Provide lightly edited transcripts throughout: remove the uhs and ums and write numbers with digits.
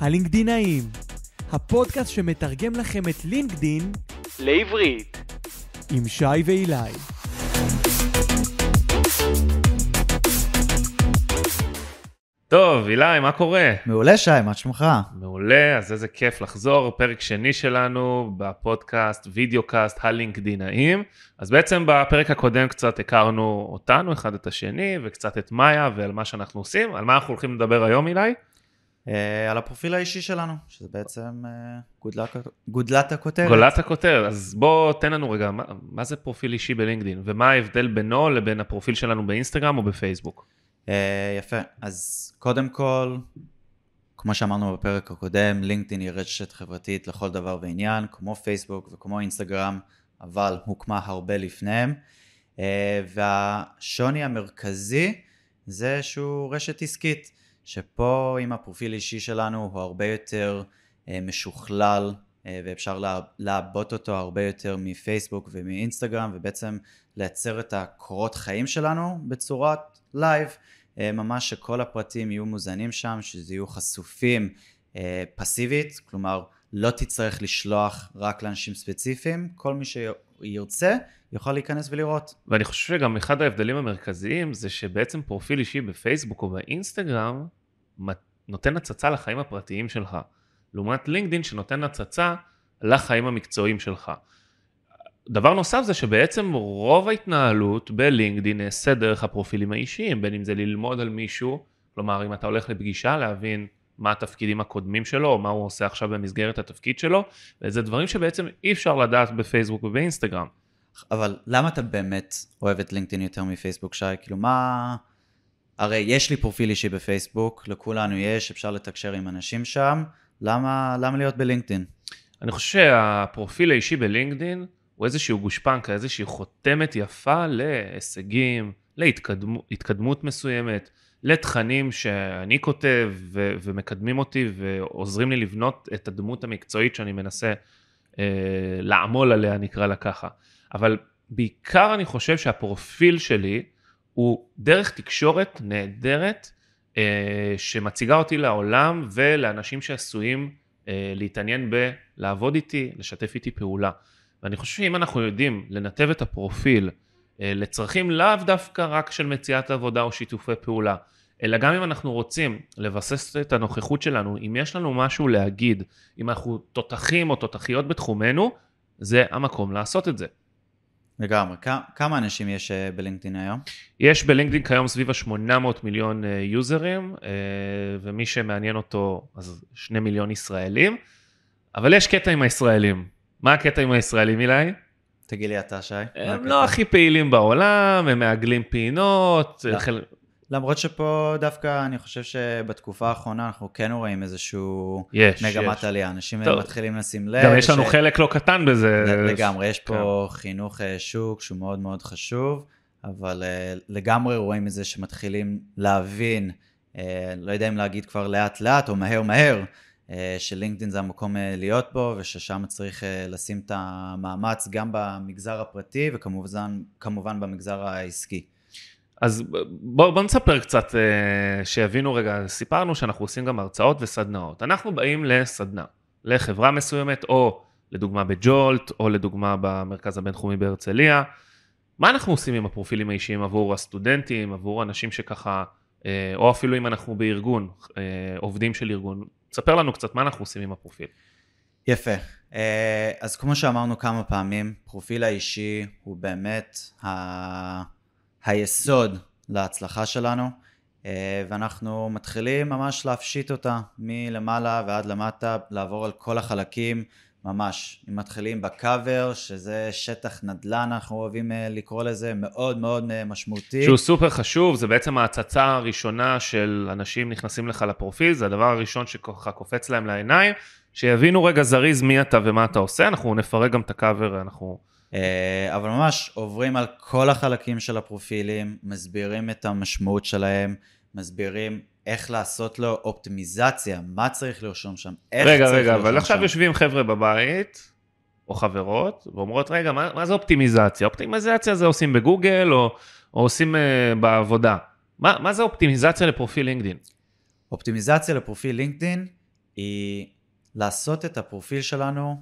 הלינקדינאים, הפודקאסט שמתרגם לכם את לינקדין לעברית, עם שי ואילי. טוב, אילי, מה קורה? מעולה שי, מה שלומך? מעולה, אז איזה כיף לחזור, פרק שני שלנו בפודקאסט, וידאו-קאסט הלינקדינאים. אז בעצם בפרק הקודם קצת הכרנו אותנו, אחד את השני, וקצת את מאיה ועל מה שאנחנו עושים. על מה אנחנו הולכים לדבר היום, אילי? על הפרופיל האישי שלנו, שזה בעצם גודלת הכותרת. גולת הכותרת, אז בוא תן לנו רגע, מה זה פרופיל אישי בלינקדין, ומה ההבדל בינו לבין הפרופיל שלנו באינסטגרם או בפייסבוק? יפה, אז קודם כל, כמו שאמרנו בפרק הקודם, לינקדין היא רשת חברתית לכל דבר ועניין, כמו פייסבוק וכמו אינסטגרם, אבל הוקמה הרבה לפניהם, והשוני המרכזי זה שהוא רשת עסקית, שפה עם הפרופיל אישי שלנו הוא הרבה יותר משוכלל, ואפשר לעבות אותו הרבה יותר מפייסבוק ומאינסטגרם, ובעצם לייצר את הקורות חיים שלנו בצורת לייב, ממש שכל הפרטים יהיו מוזנים שם, שזה יהיו חשופים פסיבית, כלומר לא תצטרך לשלוח רק לאנשים ספציפיים, כל מי שירצה יוכל להיכנס ולראות. ואני חושב שגם אחד ההבדלים המרכזיים זה שבעצם פרופיל אישי בפייסבוק או באינסטגרם נותן הצצה לחיים הפרטיים שלך, לעומת לינקדין שנותן הצצה לחיים המקצועיים שלך. דבר נוסף זה שבעצם רוב ההתנהלות בלינקדין נעשה דרך הפרופילים האישיים, בין אם זה ללמוד על מישהו, כלומר אם אתה הולך לפגישה להבין מה התפקידים הקודמים שלו, או מה הוא עושה עכשיו במסגרת התפקיד שלו, וזה דברים שבעצם אי אפשר לדעת בפייסבוק ובאינסטגרם. אבל למה אתה באמת אוהב את לינקדין יותר מפייסבוק, שי? כאילו מה... הרי יש לי פרופיל אישי בפייסבוק, לכולנו יש, אפשר לתקשר עם אנשים שם, למה להיות בלינקדין? אני חושב שהפרופיל האישי בלינקדין הוא איזשהו גושפנקה, איזושהי חותמת יפה להישגים, להתקדמות מסוימת, לתכנים שאני כותב ומקדמים אותי ועוזרים לי לבנות את הדמות המקצועית שאני מנסה לעמול עליה, נקרא לה ככה. אבל בעיקר אני חושב שהפרופיל שלי הוא דרך תקשורת נהדרת שמציגה אותי לעולם ולאנשים שעשויים להתעניין בלעבוד איתי, לשתף איתי פעולה. ואני חושב שאם אנחנו יודעים לנתב את הפרופיל לצרכים לאו דווקא רק של מציאת עבודה או שיתופי פעולה, אלא גם אם אנחנו רוצים לבסס את הנוכחות שלנו, אם יש לנו משהו להגיד, אם אנחנו תותחים או תותחיות בתחומנו, זה המקום לעשות את זה. לגמרי, כמה אנשים יש בלינקדין היום? יש בלינקדין כיום סביב ה-800 מיליון יוזרים, ומי שמעניין אותו אז 2 מיליון ישראלים, אבל יש קטע עם הישראלים. מה הקטע עם הישראלים, אילי? תגיד לי אתה, שי. הם לא הכי פעילים בעולם, הם מעגלים פינות. למרות שפה דווקא אני חושב שבתקופה האחרונה אנחנו כן רואים איזשהו מגמת עלייה. אנשים מתחילים לשים לב. גם יש לנו חלק לא קטן בזה. לגמרי, יש פה חינוך שוק שהוא מאוד מאוד חשוב, אבל לגמרי רואים את זה שמתחילים להבין, לא יודע אם להגיד כבר לאט לאט או מהר מהר, שלינקדין זה המקום להיות בו, וששם צריך לשים את המאמץ גם במגזר הפרטי, וכמובן במגזר העסקי. אז בואו נספר קצת, שיבינו רגע, סיפרנו שאנחנו עושים גם הרצאות וסדנאות. אנחנו באים לסדנה, לחברה מסוימת, או לדוגמה בג'ולט, או לדוגמה במרכז הבינתחומי בהרצליה. מה אנחנו עושים עם הפרופילים האישיים עבור הסטודנטים, עבור אנשים שככה, או אפילו אם אנחנו בארגון, עובדים של ארגון, תספר לנו קצת מה אנחנו עושים עם הפרופיל. יפה. אז כמו שאמרנו כמה פעמים, פרופיל האישי הוא באמת היסוד להצלחה שלנו, ואנחנו מתחילים ממש להפשיט אותה מלמעלה ועד למטה, לעבור על כל החלקים, ממש. אם מתחילים בקאבר, שזה שטח נדל"ן, אנחנו אוהבים לקרוא לזה, מאוד מאוד משמעותי. שהוא סופר חשוב, זה בעצם ההצצה הראשונה של אנשים נכנסים לך לפרופיל, זה הדבר הראשון שככה קופץ להם לעיניים, שיבינו רגע זריז מי אתה ומה אתה עושה, אנחנו נפרק גם את הקאבר, אבל ממש עוברים על כל החלקים של הפרופילים, מסבירים את המשמעות שלהם, מסבירים איך לעשות לו אופטימיזציה, מה צריך לרשום שם, איך צריך לרשום שם. רגע, אבל עכשיו יושבים חבר'ה בבית, או חברות, ואומרות, רגע, מה זה אופטימיזציה? אופטימיזציה זה עושים בגוגל, או עושים בעבודה. מה זה אופטימיזציה לפרופיל לינקדין? אופטימיזציה לפרופיל לינקדין היא לעשות את הפרופיל שלנו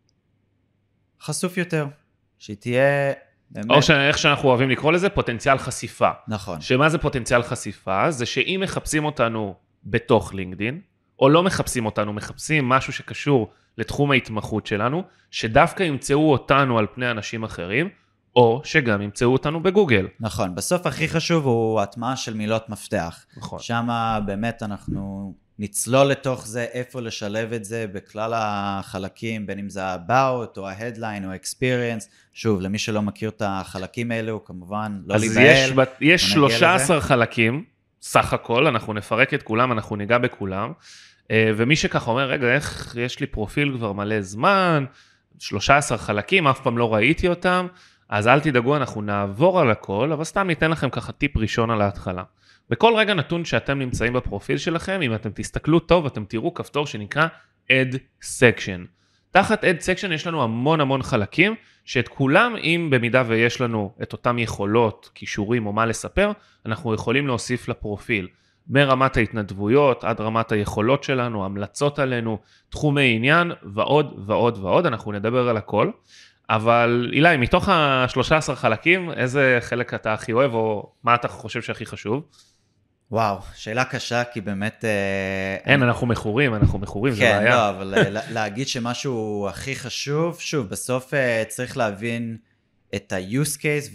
חשוף יותר, שהיא תהיה באמת... או איך שאנחנו אוהבים לקרוא לזה, פוטנציאל חשיפה. נכון. שמה זה פוטנציאל חשיפה? זה שאם מחפשים אותנו בתוך לינקדין, או לא מחפשים אותנו, מחפשים משהו שקשור לתחום ההתמחות שלנו, שדווקא ימצאו אותנו על פני אנשים אחרים, או שגם ימצאו אותנו בגוגל. נכון, בסוף הכי חשוב הוא הטמעה של מילות מפתח. נכון. שם באמת אנחנו נצלול לתוך זה, איפה לשלב את זה בכלל החלקים, בין אם זה ה-about או ה-headline או ה-experience. שוב, למי שלא מכיר את החלקים האלו, כמובן לא להיבהל. אז יש 13 חלקים, סך הכל, אנחנו נפרק את כולם, אנחנו ניגע בכולם, ומי שכך אומר, רגע, איך יש לי פרופיל כבר מלא זמן, 13 חלקים, אף פעם לא ראיתי אותם, אז אל תדאגו, אנחנו נעבור על הכל, אבל סתם ניתן לכם ככה טיפ ראשון על ההתחלה. בכל רגע נתון שאתם נמצאים בפרופיל שלכם, אם אתם תסתכלו טוב, אתם תראו כפתור שנקרא Add Section. תחת Add Section יש לנו המון חלקים, שאת כולם, אם במידה ויש לנו את אותם יכולות, כישורים או מה לספר, אנחנו יכולים להוסיף לפרופיל. מרמת ההתנדבויות עד רמת היכולות שלנו, המלצות עלינו, תחומי עניין ועוד, אנחנו נדבר על הכל. אבל אילי, מתוך ה-13 חלקים, איזה חלק אתה הכי אוהב, או מה אתה חושב שהכי חשוב? וואו, שאלה קשה, כי באמת... אין, אנחנו מכורים, זה בעיה. כן, לא, אבל להגיד שמשהו הכי חשוב, שוב, בסוף צריך להבין את ה-use case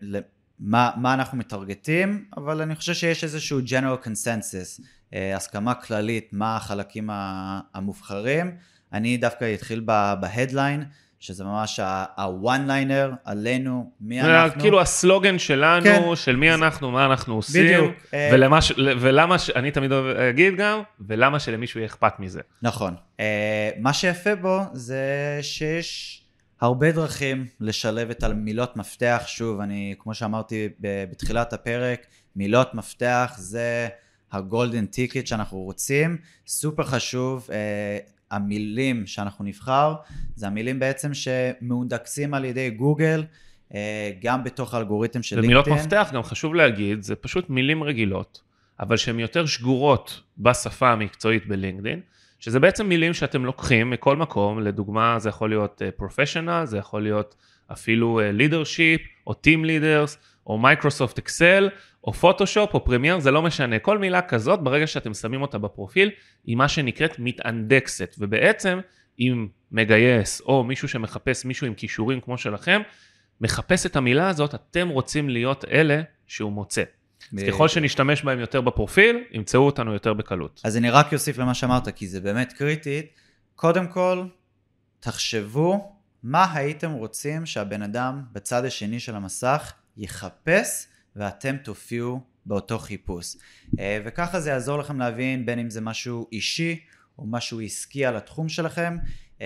ומה אנחנו מטרגטים, אבל אני חושב שיש איזשהו general consensus, הסכמה כללית, מה החלקים המובחרים. אני דווקא אתחיל ב-headline, שזה ממש ה-one-liner עלינו, מי אנחנו. כאילו הסלוגן שלנו, כן. של מי אנחנו, מה אנחנו עושים. בדיוק. ולמה, אני תמיד אגיד גם, ולמה שלמישהו יהיה אכפת מזה. נכון. מה שיפה בו זה שיש הרבה דרכים לשלב את המילות מפתח. שוב, כמו שאמרתי בתחילת הפרק, מילות מפתח זה הגולדן טיקט שאנחנו רוצים. סופר חשוב. המילים שאנחנו נבחר, זה המילים בעצם שמאונדקסים על ידי גוגל, גם בתוך האלגוריתם של לינקדאין. ומילות מפתח, גם חשוב להגיד, זה פשוט מילים רגילות, אבל שהן יותר שגורות בשפה המקצועית בלינקדאין, שזה בעצם מילים שאתם לוקחים מכל מקום, לדוגמה זה יכול להיות פרופשיונל, זה יכול להיות אפילו leadership, או team leaders, או מייקרוסופט אקסל, או פוטושופ, או פרמייר, זה לא משנה. כל מילה כזאת, ברגע שאתם שמים אותה בפרופיל, היא מה שנקראת מתאנדקסת. ובעצם, אם מגייס, או מישהו שמחפש מישהו עם כישורים כמו שלכם, מחפש את המילה הזאת, אתם רוצים להיות אלה שהוא מוצא. אז ככל שנשתמש בהם יותר בפרופיל, ימצאו אותנו יותר בקלות. אז אני רק אוסיף למה שאמרת, כי זה באמת קריטית. קודם כל, תחשבו מה הייתם רוצים שהבן אדם בצד השני של המסך יחפש, ואתם תופיעו באותו חיפוש. וככה זה יעזור לכם להבין בין אם זה משהו אישי או משהו עסקי על התחום שלכם,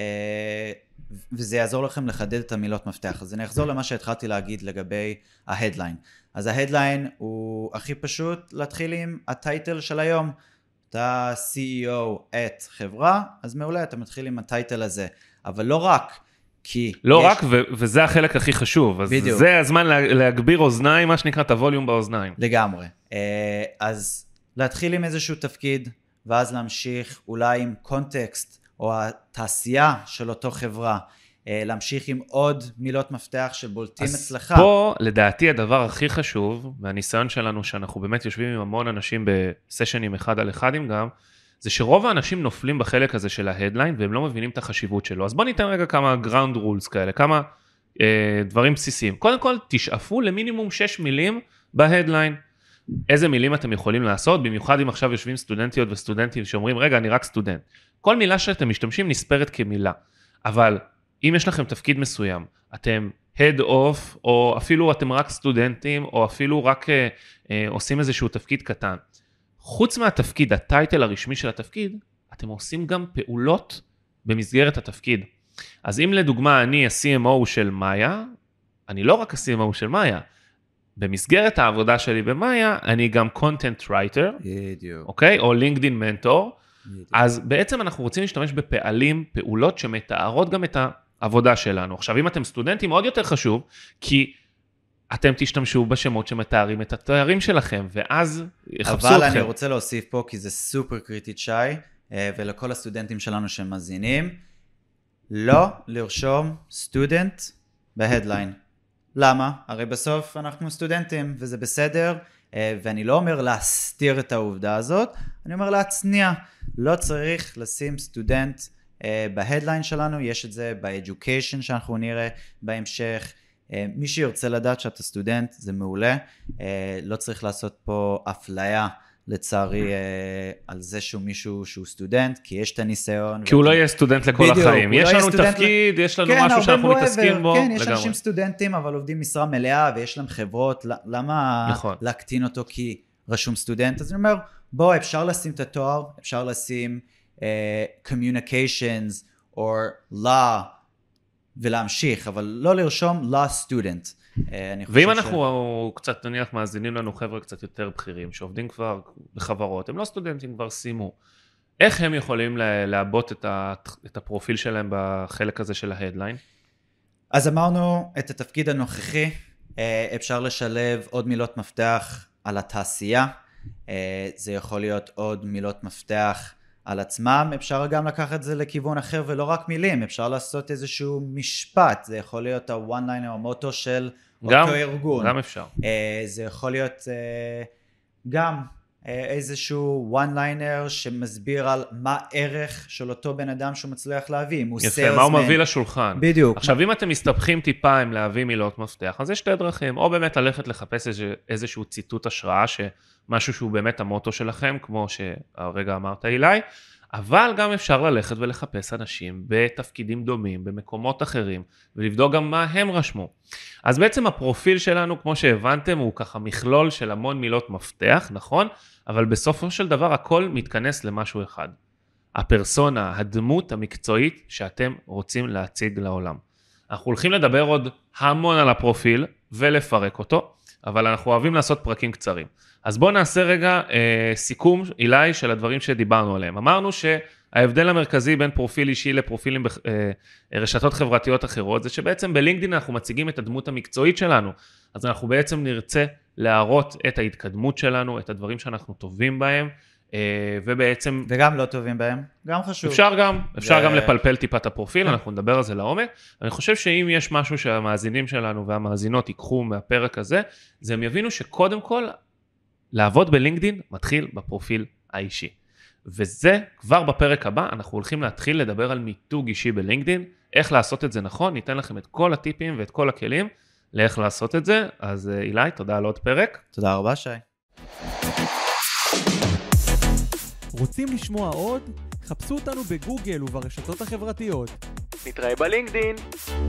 וזה יעזור לכם לחדד את המילות מפתח. אז אני אחזור למה שהתחלתי להגיד לגבי ההדליין. אז ההדליין הוא הכי פשוט להתחיל עם הטייטל של היום. אתה CEO את חברה, אז מעולה, אתה מתחיל עם הטייטל הזה. אבל לא רק, כי לא יש... רק, וזה החלק הכי חשוב, אז בדיוק. זה הזמן להגביר אוזניים, מה שנקרא את הווליום באוזניים. לגמרי. אז להתחיל עם איזשהו תפקיד, ואז להמשיך אולי עם קונטקסט, או התעשייה של אותו חברה, להמשיך עם עוד מילות מפתח שבולטים אצלך. אז פה, לדעתי, הדבר הכי חשוב, והניסיון שלנו שאנחנו באמת יושבים עם המון אנשים בסשנים אחד על אחד גם, זה שרוב האנשים נופלים בחלק הזה של ההדליין, והם לא מבינים את החשיבות שלו. אז בוא ניתן רגע כמה ground rules כאלה, כמה דברים בסיסיים. קודם כל, תשאפו למינימום 6 מילים בהדליין. איזה מילים אתם יכולים לעשות, במיוחד אם עכשיו יושבים סטודנטיות וסטודנטים שאומרים, רגע, אני רק סטודנט. כל מילה שאתם משתמשים נספרת כמילה. אבל אם יש לכם תפקיד מסוים, אתם head off, או אפילו אתם רק סטודנטים, או אפילו רק עושים איזשהו תפקיד קטן. חוץ מהתפקיד, הטייטל הרשמי של התפקיד, אתם עושים גם פעולות במסגרת התפקיד. אז אם לדוגמה אני ה-CMO של מאיה, אני לא רק ה-CMO של מאיה, במסגרת העבודה שלי במאיה, אני גם content writer, אוקיי? או LinkedIn mentor, אז בעצם אנחנו רוצים להשתמש פעולות שמתארות גם את העבודה שלנו. עכשיו, אם אתם סטודנטים, עוד יותר חשוב, כי אתם תשתמשו בשמות שמתארים את התארים שלכם, ואז יחפשו אתכם. אבל אני רוצה להוסיף פה, כי זה סופר קריטית שי, ולכל הסטודנטים שלנו שמאזינים, לא לרשום סטודנט בהדליין. למה? הרי בסוף אנחנו סטודנטים וזה בסדר, ואני לא אומר להסתיר את העובדה הזאת, אני אומר להצניע. לא צריך לשים סטודנט בהדליין שלנו, יש את זה ב-education שאנחנו נראה בהמשך. מי שירצה לדעת שאתה סטודנט זה מעולה, לא צריך לעשות פה אפליה לצערי על זה שהוא מישהו שהוא סטודנט, כי יש את הניסיון. כי הוא לא יהיה סטודנט לכל החיים. יש לנו תפקיד, יש לנו משהו שאנחנו מתעסקים בו. כן, יש אנשים סטודנטים, אבל עובדים משרה מלאה, ויש להם חברות, למה להקטין אותו כי רשום סטודנט? אז אני אומר, בוא, אפשר לשים את התואר, אפשר לשים communications or law, ולהמשיך, אבל לא לרשום law student. ואם אנחנו קצת נניח מאזינים לנו חבר'ה קצת יותר בכירים שעובדים כבר בחברות, הם לא סטודנטים, כבר סיימו, איך הם יכולים לעבות את הפרופיל שלהם בחלק הזה של ההדליין? אז אמרנו את התפקיד הנוכחי, אפשר לשלב עוד מילות מפתח על התעשייה, זה יכול להיות עוד מילות מפתח על עצמם, אפשר גם לקחת את זה לכיוון אחר ולא רק מילים, אפשר לעשות איזשהו משפט, זה יכול להיות הוואן ליינר או המוטו של אותו ארגון. גם אפשר. זה יכול להיות גם איזשהו וואן ליינר שמסביר על מה ערך של אותו בן אדם שהוא מצליח להביא. יפה, מה הוא מביא לשולחן. בדיוק. עכשיו אם אתם מסתבכים טיפה עם להביא מילות מפתח, אז יש שתי דרכים, או באמת ללכת לחפש איזשהו ציטוט השראה, משהו שהוא באמת המוטו שלכם, כמו שהרגע אמרת אילי, אבל גם אפשר ללכת ולחפש אנשים בתפקידים דומים, במקומות אחרים, ולבדוק גם מה הם רשמו. אז בעצם הפרופיל שלנו, כמו שהבנתם, הוא ככה מכלול של המון מילות מפתח, נכון? אבל בסופו של דבר הכל מתכנס למשהו אחד. הפרסונה, הדמות המקצועית שאתם רוצים להציג לעולם. אנחנו הולכים לדבר עוד המון על הפרופיל ולפרק אותו, אבל אנחנו אוהבים לעשות פרקים קצרים. אז בואו נעשה רגע סיכום אילי של הדברים שדיברנו עליהם. אמרנו שההבדל המרכזי בין פרופיל אישי לפרופילים ברשתות חברתיות אחרות, זה שבעצם בלינקדין אנחנו מציגים את הדמות המקצועית שלנו, אז אנחנו בעצם נרצה להראות את ההתקדמות שלנו, את הדברים שאנחנו טובים בהם, ובעצם... וגם לא טובים בהם, גם חשוב. אפשר גם לפלפל טיפת הפרופיל, אנחנו נדבר על זה לעומק. אני חושב שאם יש משהו שהמאזינים שלנו והמאזינות ייקחו מהפרק הזה, זה הם יבינו שקודם כל, לעבוד בלינקדין מתחיל בפרופיל האישי. וזה כבר בפרק הבא, אנחנו הולכים להתחיל לדבר על מיתוג אישי בלינקדין, איך לעשות את זה נכון, ניתן לכם את כל הטיפים ואת כל הכלים לאיך לעשות את זה. אז אילי, תודה על עוד פרק. תודה רבה שי. רוצים לשמוע עוד? חפשו אותנו בגוגל וברשתות החברתיות. נתראה בלינקדין.